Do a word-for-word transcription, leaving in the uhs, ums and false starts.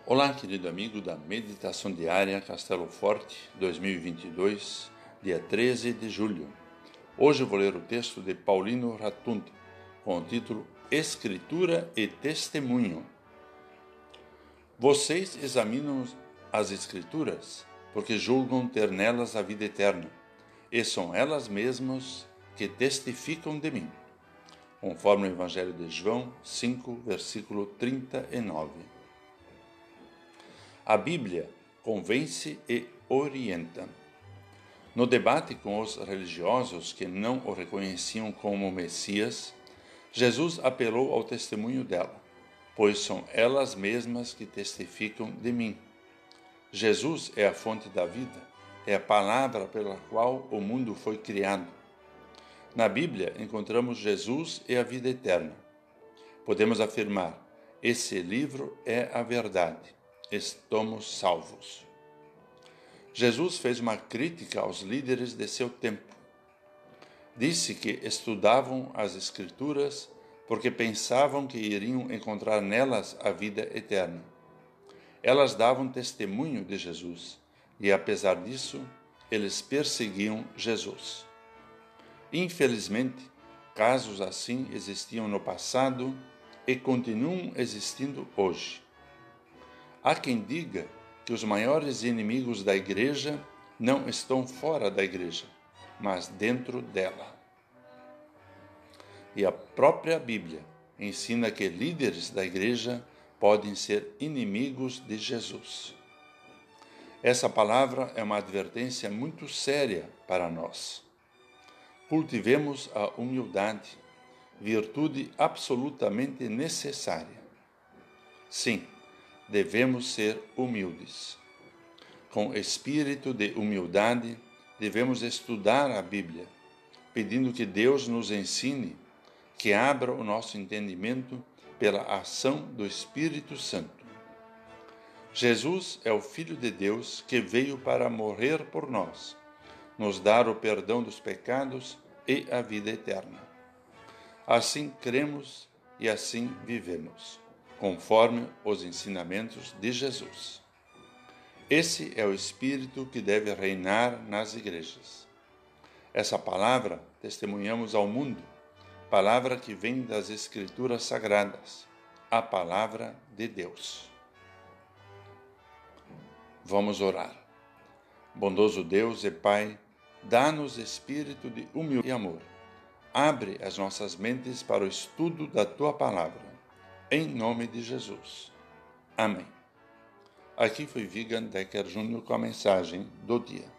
Olá, querido amigo da Meditação Diária Castelo Forte dois mil e vinte e dois, dia treze de julho. Hoje vou ler o texto de Paulino Ratundo, com o título Escritura e Testemunho. Vocês examinam as Escrituras, porque julgam ter nelas a vida eterna, e são elas mesmas que testificam de mim, conforme o Evangelho de João cinco, versículo trinta e nove. A Bíblia convence e orienta. No debate com os religiosos que não o reconheciam como Messias, Jesus apelou ao testemunho dela, pois são elas mesmas que testificam de mim. Jesus é a fonte da vida, é a palavra pela qual o mundo foi criado. Na Bíblia encontramos Jesus e a vida eterna. Podemos afirmar: esse livro é a verdade. Estamos salvos. Jesus fez uma crítica aos líderes de seu tempo. Disse que estudavam as Escrituras porque pensavam que iriam encontrar nelas a vida eterna. Elas davam testemunho de Jesus e, apesar disso, eles perseguiam Jesus. Infelizmente, casos assim existiam no passado e continuam existindo hoje. Há quem diga que os maiores inimigos da igreja não estão fora da igreja, mas dentro dela. E a própria Bíblia ensina que líderes da igreja podem ser inimigos de Jesus. Essa palavra é uma advertência muito séria para nós. Cultivemos a humildade, virtude absolutamente necessária. Sim, devemos ser humildes. Com espírito de humildade, devemos estudar a Bíblia, pedindo que Deus nos ensine, que abra o nosso entendimento pela ação do Espírito Santo. Jesus é o Filho de Deus que veio para morrer por nós, nos dar o perdão dos pecados e a vida eterna. Assim cremos e assim vivemos, conforme os ensinamentos de Jesus. Esse é o Espírito que deve reinar nas igrejas. Essa palavra testemunhamos ao mundo, palavra que vem das Escrituras Sagradas, a palavra de Deus. Vamos orar. Bondoso Deus e Pai, dá-nos espírito de humildade e amor. Abre as nossas mentes para o estudo da Tua palavra. Em nome de Jesus. Amém. Aqui foi Vigan Decker Júnior com a mensagem do dia.